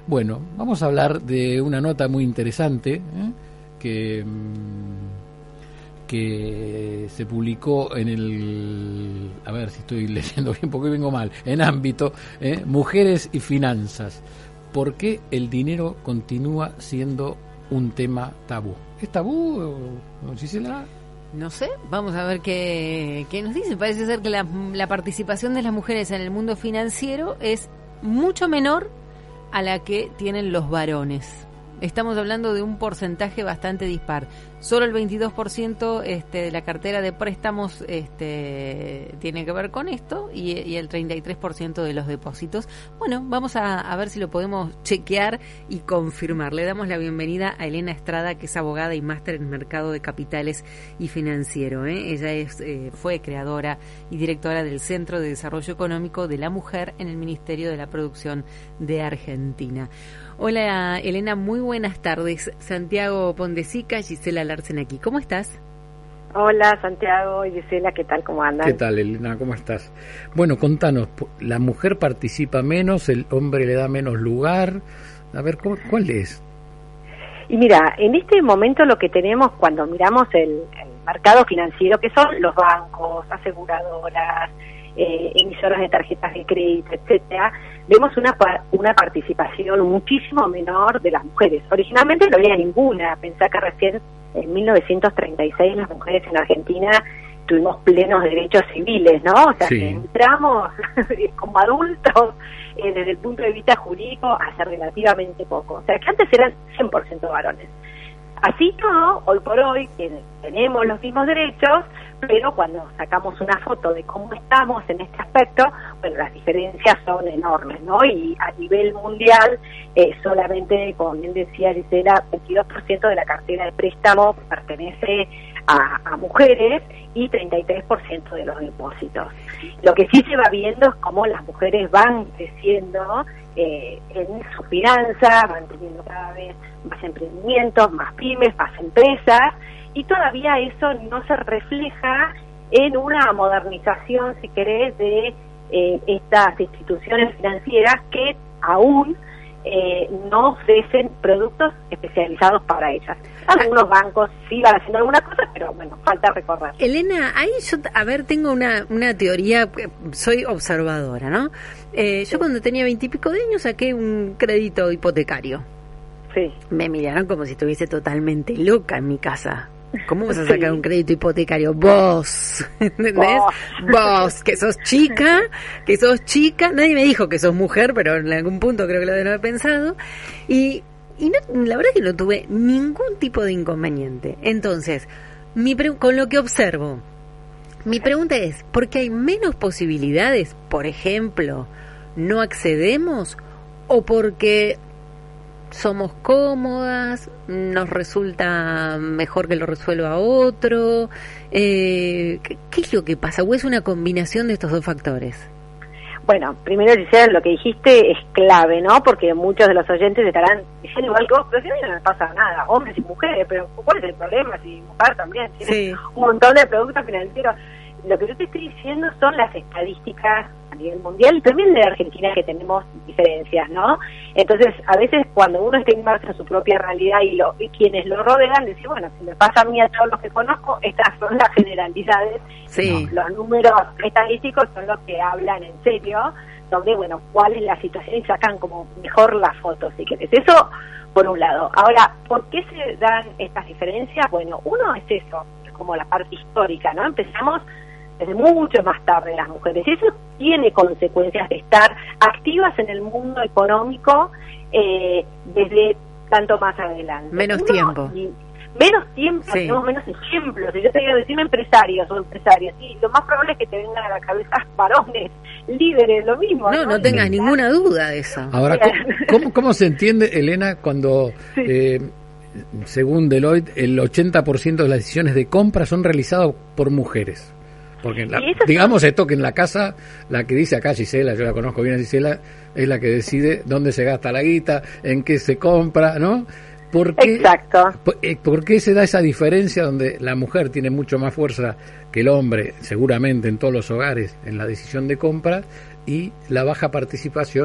Bueno, vamos a hablar de una nota muy interesante que se publicó en el, a ver si estoy leyendo bien porque vengo mal, en ámbito Mujeres y Finanzas. ¿Por qué el dinero continúa siendo un tema tabú? ¿Es tabú, Gisela? No sé, vamos a ver qué nos dice. Parece ser que la participación de las mujeres en el mundo financiero es mucho menor a la que tienen los varones. Estamos hablando de un porcentaje bastante dispar. Solo el 22% de la cartera de préstamos tiene que ver con esto y el 33% de los depósitos. Bueno, vamos a ver si lo podemos chequear y confirmar. Le damos la bienvenida a Elena Estrada, que es abogada y máster en mercado de capitales y financiero. Ella fue creadora y directora del Centro de Desarrollo Económico de la Mujer en el Ministerio de la Producción de Argentina. Hola Elena, muy buenas tardes. Santiago Pondesica, Gisela Larsen aquí. ¿Cómo estás? Hola Santiago y Gisela, ¿qué tal? ¿Cómo andan? ¿Qué tal, Elena? ¿Cómo estás? Bueno, contanos, ¿la mujer participa menos, el hombre le da menos lugar? A ver, ¿cuál es? Y mira, en este momento lo que tenemos cuando miramos el mercado financiero, que son los bancos, aseguradoras, emisoras de tarjetas de crédito, etcétera, vemos una participación muchísimo menor de las mujeres. Originalmente no había ninguna. Pensá que recién en 1936 las mujeres en Argentina tuvimos plenos derechos civiles, ¿no? O sea, que entramos como adultos desde el punto de vista jurídico hace relativamente poco. O sea, que antes eran 100% varones. Así todo, hoy por hoy tenemos los mismos derechos, pero cuando sacamos una foto de cómo estamos en este aspecto, bueno, las diferencias son enormes, ¿no? Y a nivel mundial, solamente, como bien decía Gisela, 22% de la cartera de préstamo pertenece a mujeres y 33% de los depósitos. Lo que sí se va viendo es cómo las mujeres van creciendo en su finanza, van teniendo cada vez más emprendimientos, más pymes, más empresas, y todavía eso no se refleja en una modernización, si querés, de estas instituciones financieras que aún no ofrecen productos especializados para ellas. Algunos bancos sí van haciendo alguna cosa, pero bueno, falta recorrer. Elena, ahí yo, tengo una teoría, soy observadora, ¿no? Yo cuando tenía 20 y pico de años saqué un crédito hipotecario. Sí. Me miraron como si estuviese totalmente loca en mi casa. ¿Cómo vas a sacar un crédito hipotecario? Vos, ¿entendés? Vos, que sos chica, nadie me dijo que sos mujer, pero en algún punto creo que lo deben haber pensado, y no, la verdad es que no tuve ningún tipo de inconveniente. Entonces, con lo que observo, mi pregunta es, ¿por qué hay menos posibilidades, por ejemplo, no accedemos, o porque somos cómodas, nos resulta mejor que lo resuelva otro? ¿Qué es lo que pasa? ¿O es una combinación de estos dos factores? Bueno, primero, Gisela, lo que dijiste es clave, ¿no? Porque muchos de los oyentes estarán diciendo igual que vos, pero si a mí no me pasa nada, hombres y mujeres, pero ¿cuál es el problema? Si mujer también tiene un montón de productos financieros. Lo que yo te estoy diciendo son las estadísticas a nivel mundial y también de Argentina, que tenemos diferencias, ¿no? Entonces, a veces cuando uno está inmerso en su propia realidad y quienes lo rodean, decir, bueno, si me pasa a mí, a todos los que conozco, estas son las generalidades. Sí. Los números estadísticos son los que hablan en serio sobre, bueno, cuál es la situación y sacan como mejor la foto, si querés. Eso por un lado. Ahora, ¿por qué se dan estas diferencias? Bueno, uno es eso, es como la parte histórica, ¿no? Empezamos desde mucho más tarde las mujeres. Y eso tiene consecuencias de estar activas en el mundo económico desde tanto más adelante. Menos tiempo, sí. Tenemos menos ejemplos. Si yo te digo, decirme empresarios o empresarias, sí, lo más probable es que te vengan a la cabeza varones, líderes, lo mismo. No tengas ninguna duda de eso. Ahora, ¿cómo se entiende, Elena, cuando... según Deloitte, el 80% de las decisiones de compra son realizadas por mujeres? Porque digamos esto, que en la casa, la que dice acá Gisela, yo la conozco bien a Gisela, es la que decide dónde se gasta la guita, en qué se compra, ¿no? Exacto. ¿Por qué se da esa diferencia donde la mujer tiene mucho más fuerza que el hombre, seguramente en todos los hogares, en la decisión de compra, y la baja participación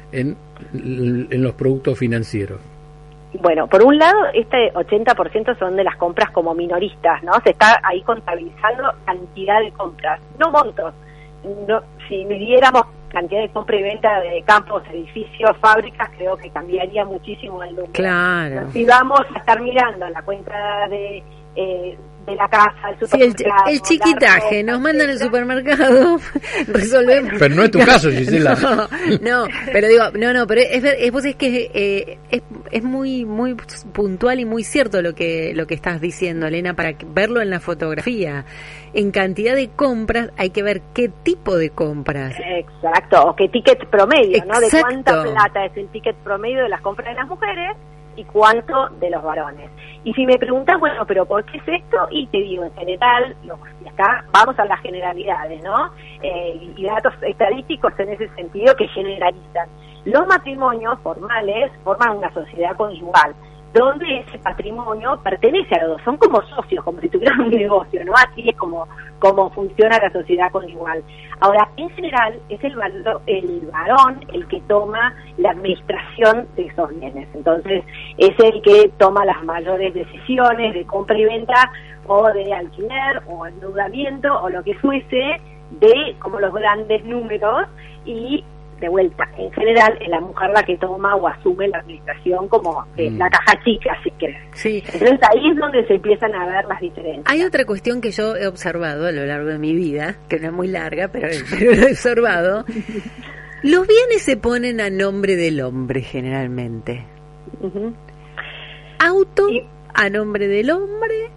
en los productos financieros? Bueno, por un lado, este 80% son de las compras como minoristas, ¿no? Se está ahí contabilizando cantidad de compras, no montos. No, si midiéramos cantidad de compra y venta de campos, edificios, fábricas, creo que cambiaría muchísimo el número. Claro. Si vamos a estar mirando la cuenta de la casa, el supermercado. Sí, el chiquitaje, nos mandan al supermercado, resolvemos. Pero no es tu caso, Gisela. No, pero digo, pero es que es muy puntual y muy cierto lo que estás diciendo, Elena, para verlo en la fotografía. En cantidad de compras hay que ver qué tipo de compras. Exacto, o qué ticket promedio, ¿no? De Exacto. cuánta plata es el ticket promedio de las compras de las mujeres y cuánto de los varones. Y si me preguntas, bueno, pero ¿por qué es esto? Y te digo, en general, y acá vamos a las generalidades, ¿no? Y datos estadísticos en ese sentido que generalizan. Los matrimonios formales forman una sociedad conyugal, donde ese patrimonio pertenece a los dos, son como socios, como si tuvieran un negocio, ¿no? Así es como funciona la sociedad conyugal. Ahora, en general, es el varón el que toma la administración de esos bienes, entonces es el que toma las mayores decisiones de compra y venta, o de alquiler, o endeudamiento, o lo que fuese, de como los grandes números, y de vuelta, en general es la mujer la que toma o asume la administración como la caja chica, si querés. Sí. Entonces ahí es donde se empiezan a ver las diferencias. Hay otra cuestión que yo he observado a lo largo de mi vida, que no es muy larga, pero lo he observado. Los bienes se ponen a nombre del hombre generalmente. Uh-huh. Auto a nombre del hombre,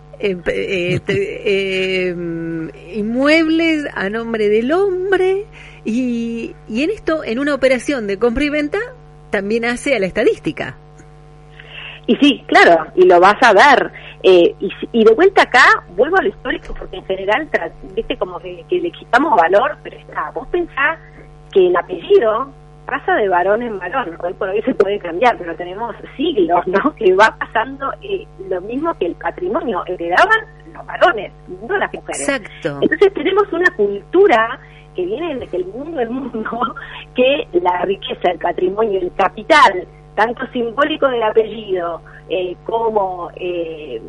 inmuebles a nombre del hombre, y en esto, en una operación de compra y venta, también hace a la estadística. Y sí, claro, y lo vas a ver. Y de vuelta acá, vuelvo a lo histórico, porque en general, viste, como que le quitamos valor, pero está, vos pensás que el apellido pasa de varón en varón, hoy por hoy se puede cambiar, pero tenemos siglos, ¿no? Que va pasando lo mismo que el patrimonio, heredaban los varones, no las mujeres. Exacto. Entonces tenemos una cultura que viene desde el mundo, que la riqueza, el patrimonio, el capital, tanto simbólico del apellido como el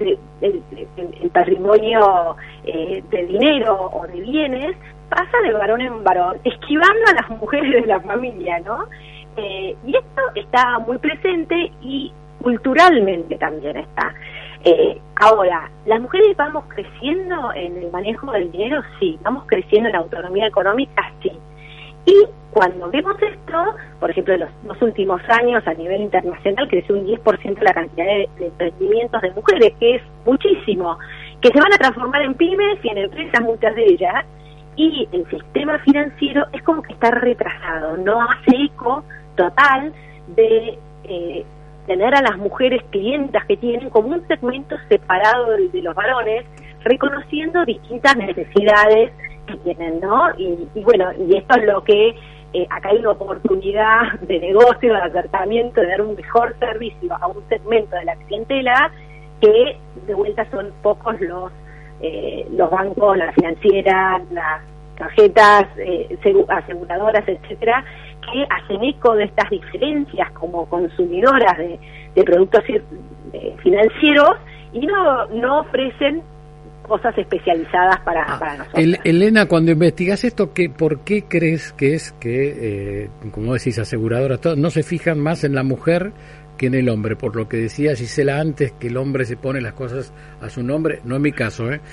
patrimonio de dinero o de bienes, pasa de varón en varón, esquivando a las mujeres de la familia, ¿no? Y esto está muy presente y culturalmente también está. Ahora, ¿las mujeres vamos creciendo en el manejo del dinero? Sí. ¿Vamos creciendo en la autonomía económica? Sí. Y cuando vemos esto, por ejemplo, en los últimos años a nivel internacional creció un 10% la cantidad de emprendimientos de mujeres, que es muchísimo, que se van a transformar en pymes y en empresas, muchas de ellas, y el sistema financiero es como que está retrasado, no hace eco total de tener a las mujeres clientas que tienen como un segmento separado de los varones, reconociendo distintas necesidades que tienen, ¿no? Y bueno, y esto es lo que acá hay una oportunidad de negocio, de acercamiento, de dar un mejor servicio a un segmento de la clientela, que de vuelta son pocos los bancos, las financieras, las tarjetas aseguradoras, etcétera, que hacen eco de estas diferencias como consumidoras de productos financieros y no ofrecen cosas especializadas para nosotros. Elena, cuando investigas esto, ¿por qué crees que es que, como decís, aseguradoras, no se fijan más en la mujer que en el hombre? Por lo que decía Gisela antes, que el hombre se pone las cosas a su nombre, no es mi caso, ¿eh?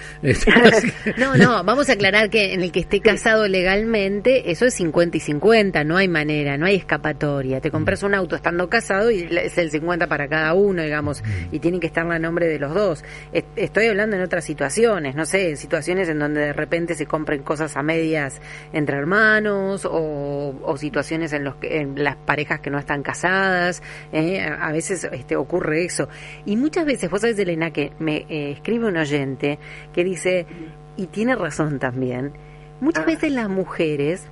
No, vamos a aclarar que en el que esté casado legalmente, eso es 50 y 50, no hay manera, no hay escapatoria. Te compras un auto estando casado y es el 50 para cada uno, digamos, y tiene que estar a nombre de los dos. Estoy hablando en otras situaciones, no sé, en situaciones en donde de repente se compren cosas a medias entre hermanos, o situaciones en las parejas que no están casadas, a veces ocurre eso. Y muchas veces, vos sabés, Elena, que me escribe un oyente que dice, y tiene razón también, muchas veces las mujeres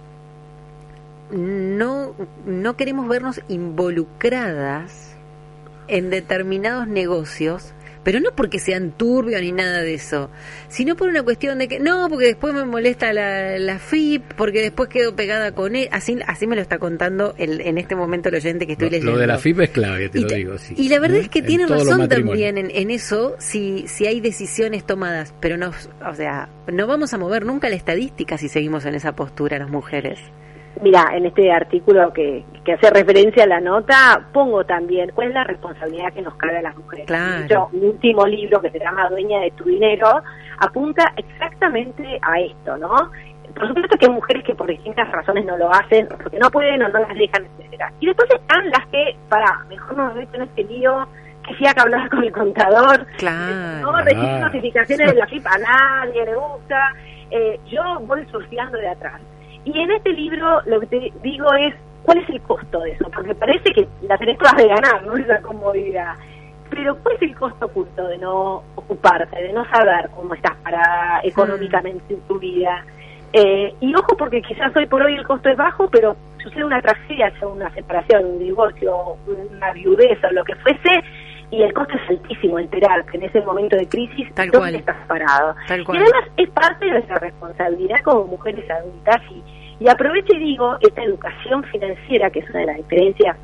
no queremos vernos involucradas en determinados negocios pero no porque sean turbios ni nada de eso, sino por una cuestión de que, no, porque después me molesta la FIP, porque después quedo pegada con él, así me lo está contando en este momento el oyente que estoy leyendo. Lo de la FIP es clave, te lo digo. Sí. Y la verdad es que tiene razón también en eso, si hay decisiones tomadas, pero no vamos a mover nunca la estadística si seguimos en esa postura las mujeres. Mira, en este artículo que hace referencia a la nota, pongo también cuál es la responsabilidad que nos cabe a las mujeres. Claro. Yo, mi último libro, que se llama Dueña de tu dinero, apunta exactamente a esto, ¿no? Por supuesto que hay mujeres que por distintas razones no lo hacen, porque no pueden o no las dejan, etcétera. Y después están las que, mejor no me meto en este lío, que sí hay que hablar con el contador. Claro. No recibir notificaciones de la FIP, a nadie le gusta. Yo voy surfeando de atrás. Y en este libro lo que te digo es, ¿cuál es el costo de eso? Porque parece que la tenés todas de ganar, ¿no? Esa comodidad. Pero ¿cuál es el costo oculto de no ocuparte, de no saber cómo estás parada económicamente en tu vida? Y ojo, porque quizás hoy por hoy el costo es bajo, pero sucede una tragedia, sea una separación, un divorcio, una viudez o lo que fuese, y el costo es altísimo, enterarte en ese momento de crisis dónde estás parado. Y además es parte de nuestra responsabilidad como mujeres adultas, y aprovecho y digo, esta educación financiera, que es una de las diferencias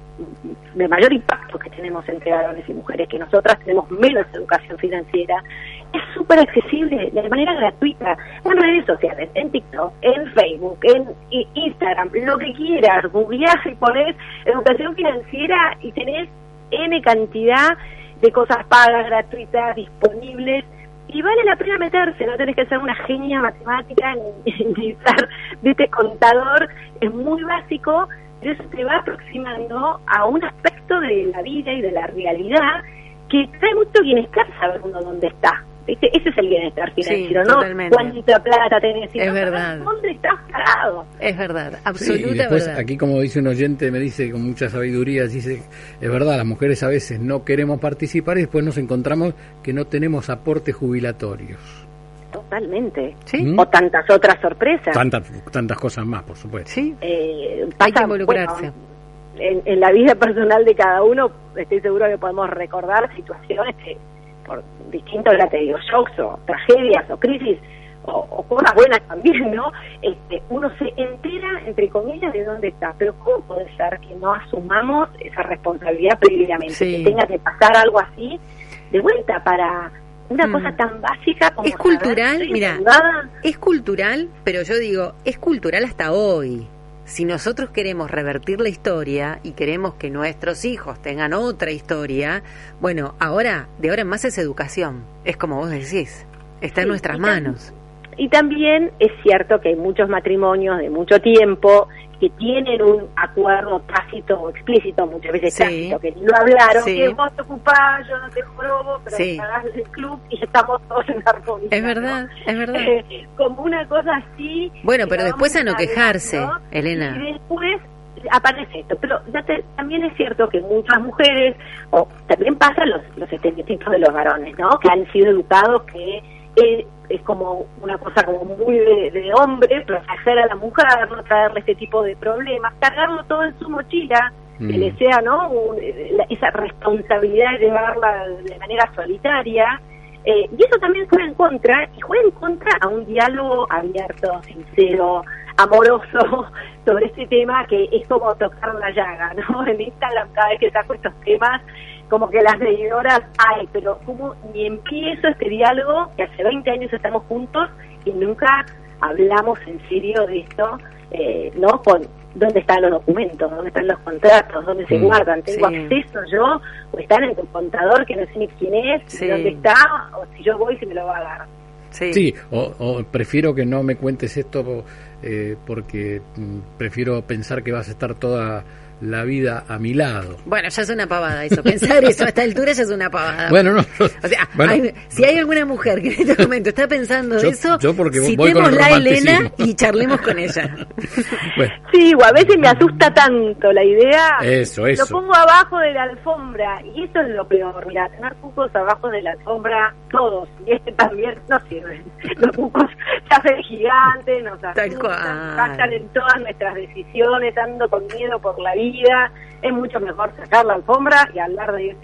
de mayor impacto que tenemos entre varones y mujeres, que nosotras tenemos menos educación financiera, es súper accesible de manera gratuita en redes sociales, en TikTok, en Facebook, en Instagram, lo que quieras, googleás y ponés educación financiera y tenés N cantidad de cosas pagas, gratuitas, disponibles, y vale la pena meterse, no tenés que ser una genia matemática ni ser de este contador, es muy básico, pero eso te va aproximando a un aspecto de la vida y de la realidad que trae mucho bienestar saber uno dónde está. Ese es el bienestar financiero, sí, ¿no? Totalmente. Cuánta plata tenés, es verdad. ¿Dónde estás parado? Es verdad, absoluta sí, y después, verdad. Aquí, como dice un oyente, me dice con mucha sabiduría, dice, es verdad, las mujeres a veces no queremos participar y después nos encontramos que no tenemos aportes jubilatorios. Totalmente. ¿Sí? O tantas otras sorpresas. Tantas cosas más, por supuesto. Sí. Hay que involucrarse. Bueno, en la vida personal de cada uno, estoy seguro que podemos recordar situaciones que por distintos, ya te digo, shocks o tragedias o crisis o cosas buenas también, ¿no? Uno se entera, entre comillas, de dónde está. Pero ¿cómo puede ser que no asumamos esa responsabilidad previamente? Sí. Que tenga que pasar algo así de vuelta para una cosa tan básica como... Es cultural, mira, es cultural, pero yo digo, es cultural hasta hoy. Si nosotros queremos revertir la historia y queremos que nuestros hijos tengan otra historia, bueno, de ahora en más es educación. Es como vos decís, está en nuestras manos. Y también es cierto que hay muchos matrimonios de mucho tiempo que tienen un acuerdo tácito o explícito, muchas veces tácito, que lo hablaron, que vos te ocupás, yo no te jorobo, pero pagás el club y estamos todos en armonía. Es verdad, ¿no? Es verdad. Como una cosa así. Bueno, pero después a no quejarse, ¿no? Elena. Y después aparece esto, pero también es cierto que muchas mujeres, o también pasan los estereotipos de los varones, ¿no? Que han sido educados que es como una cosa como muy de hombre, proteger a la mujer, no traerle este tipo de problemas, cargarlo todo en su mochila, que le sea, ¿no? Esa responsabilidad de llevarla de manera solitaria, y eso también juega en contra a un diálogo abierto, sincero, amoroso sobre este tema, que es como tocar la llaga, ¿no? En Instagram, cada vez que saco estos temas, como que las seguidoras, pero como ni empiezo este diálogo, que hace 20 años estamos juntos y nunca hablamos en serio de esto, ¿no? Con dónde están los documentos, dónde están los contratos, dónde se guardan, tengo acceso yo, o están en tu contador que no sé ni quién es, dónde está, o si yo voy, si me lo va a dar. Sí, o prefiero que no me cuentes esto porque prefiero pensar que vas a estar toda la vida a mi lado. Bueno, ya es una pavada eso, pensar eso a esta altura ya es una pavada. Bueno, no. O sea, si hay alguna mujer que en este momento está pensando eso, yo porque citémosla a Elena y charlemos con ella. Bueno. Sí, o a veces me asusta tanto la idea. Eso. Lo pongo abajo de la alfombra y eso es lo peor. Mira, tener cucos abajo de la alfombra, todos, y también no sirven. Los cucos se hacen gigantes, nos asustan, pasan en todas nuestras decisiones, ando con miedo por la vida. Es mucho mejor sacar la alfombra y hablar de ese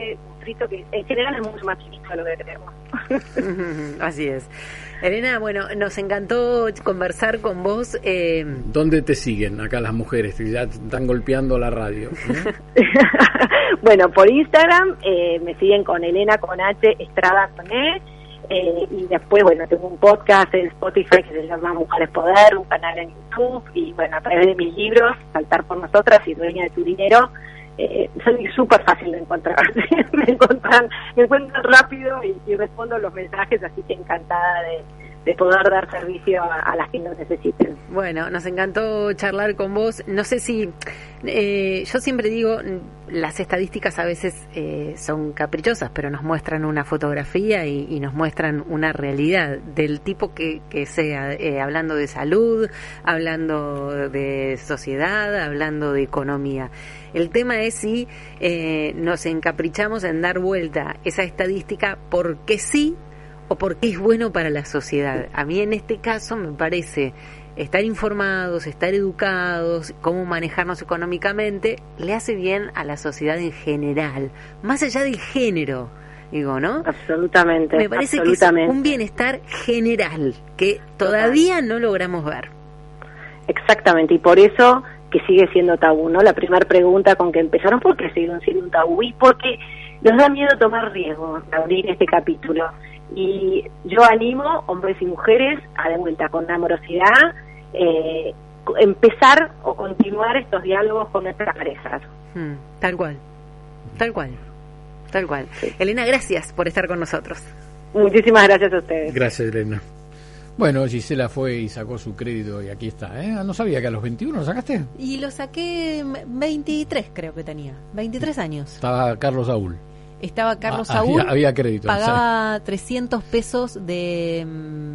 escrito que en general es mucho más chiquito de lo que creemos. Así es. Elena, bueno, nos encantó conversar con vos. ¿Dónde te siguen acá las mujeres que ya están golpeando la radio? Bueno, por Instagram me siguen con Elena con H, Estrada con E. Y después, bueno, tengo un podcast en Spotify que se llama Mujeres Poder, un canal en YouTube, y bueno, a través de mis libros, Saltar por Nosotras y Dueña de tu Dinero, soy súper fácil de encontrar. me encuentran rápido y respondo los mensajes, así que encantada de poder dar servicio a las que lo necesiten. Bueno, nos encantó charlar con vos. No sé si... yo siempre digo, las estadísticas a veces son caprichosas, pero nos muestran una fotografía y nos muestran una realidad del tipo que sea, hablando de salud, hablando de sociedad, hablando de economía. El tema es si nos encaprichamos en dar vuelta esa estadística porque sí o porque es bueno para la sociedad. A mí en este caso me parece estar informados, estar educados, cómo manejarnos económicamente, le hace bien a la sociedad en general, más allá del género, digo, ¿no? Absolutamente. Me parece que es un bienestar general que todavía no logramos ver. Exactamente, y por eso que sigue siendo tabú, ¿no? La primera pregunta con que empezaron, ¿por qué siguen siendo un tabú? Y porque nos da miedo tomar riesgos de abrir este capítulo. Y yo animo hombres y mujeres a, de vuelta, con amorosidad, empezar o continuar estos diálogos con nuestras parejas. Tal cual. Sí. Elena, gracias por estar con nosotros. Muchísimas gracias a ustedes. Gracias, Elena. Bueno, Gisela fue y sacó su crédito y aquí está, ¿eh? No sabía que a los 21 lo sacaste. Y lo saqué 23, creo que tenía. 23 años. Estaba Carlos Saúl. Estaba Carlos Saúl. Había crédito. Pagaba 300 pesos de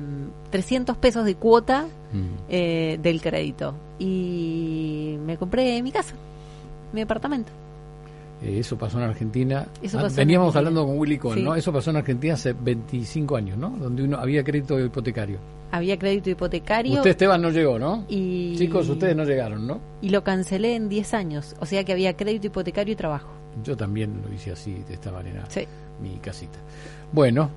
cuota del crédito. Y me compré mi casa, mi apartamento. Eso pasó en Argentina. Veníamos hablando con Willy Cohen, sí. ¿No? Eso pasó en Argentina hace 25 años, ¿no? Donde uno había crédito hipotecario. Había crédito hipotecario. Usted, Esteban, no llegó, ¿no? Chicos, ustedes no llegaron, ¿no? Y lo cancelé en 10 años. O sea que había crédito hipotecario y trabajo. Yo también lo hice así, de esta manera. Sí. Mi casita. Bueno,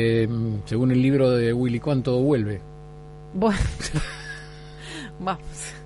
según el libro de Willy Cohen, todo vuelve. Bueno. Vamos.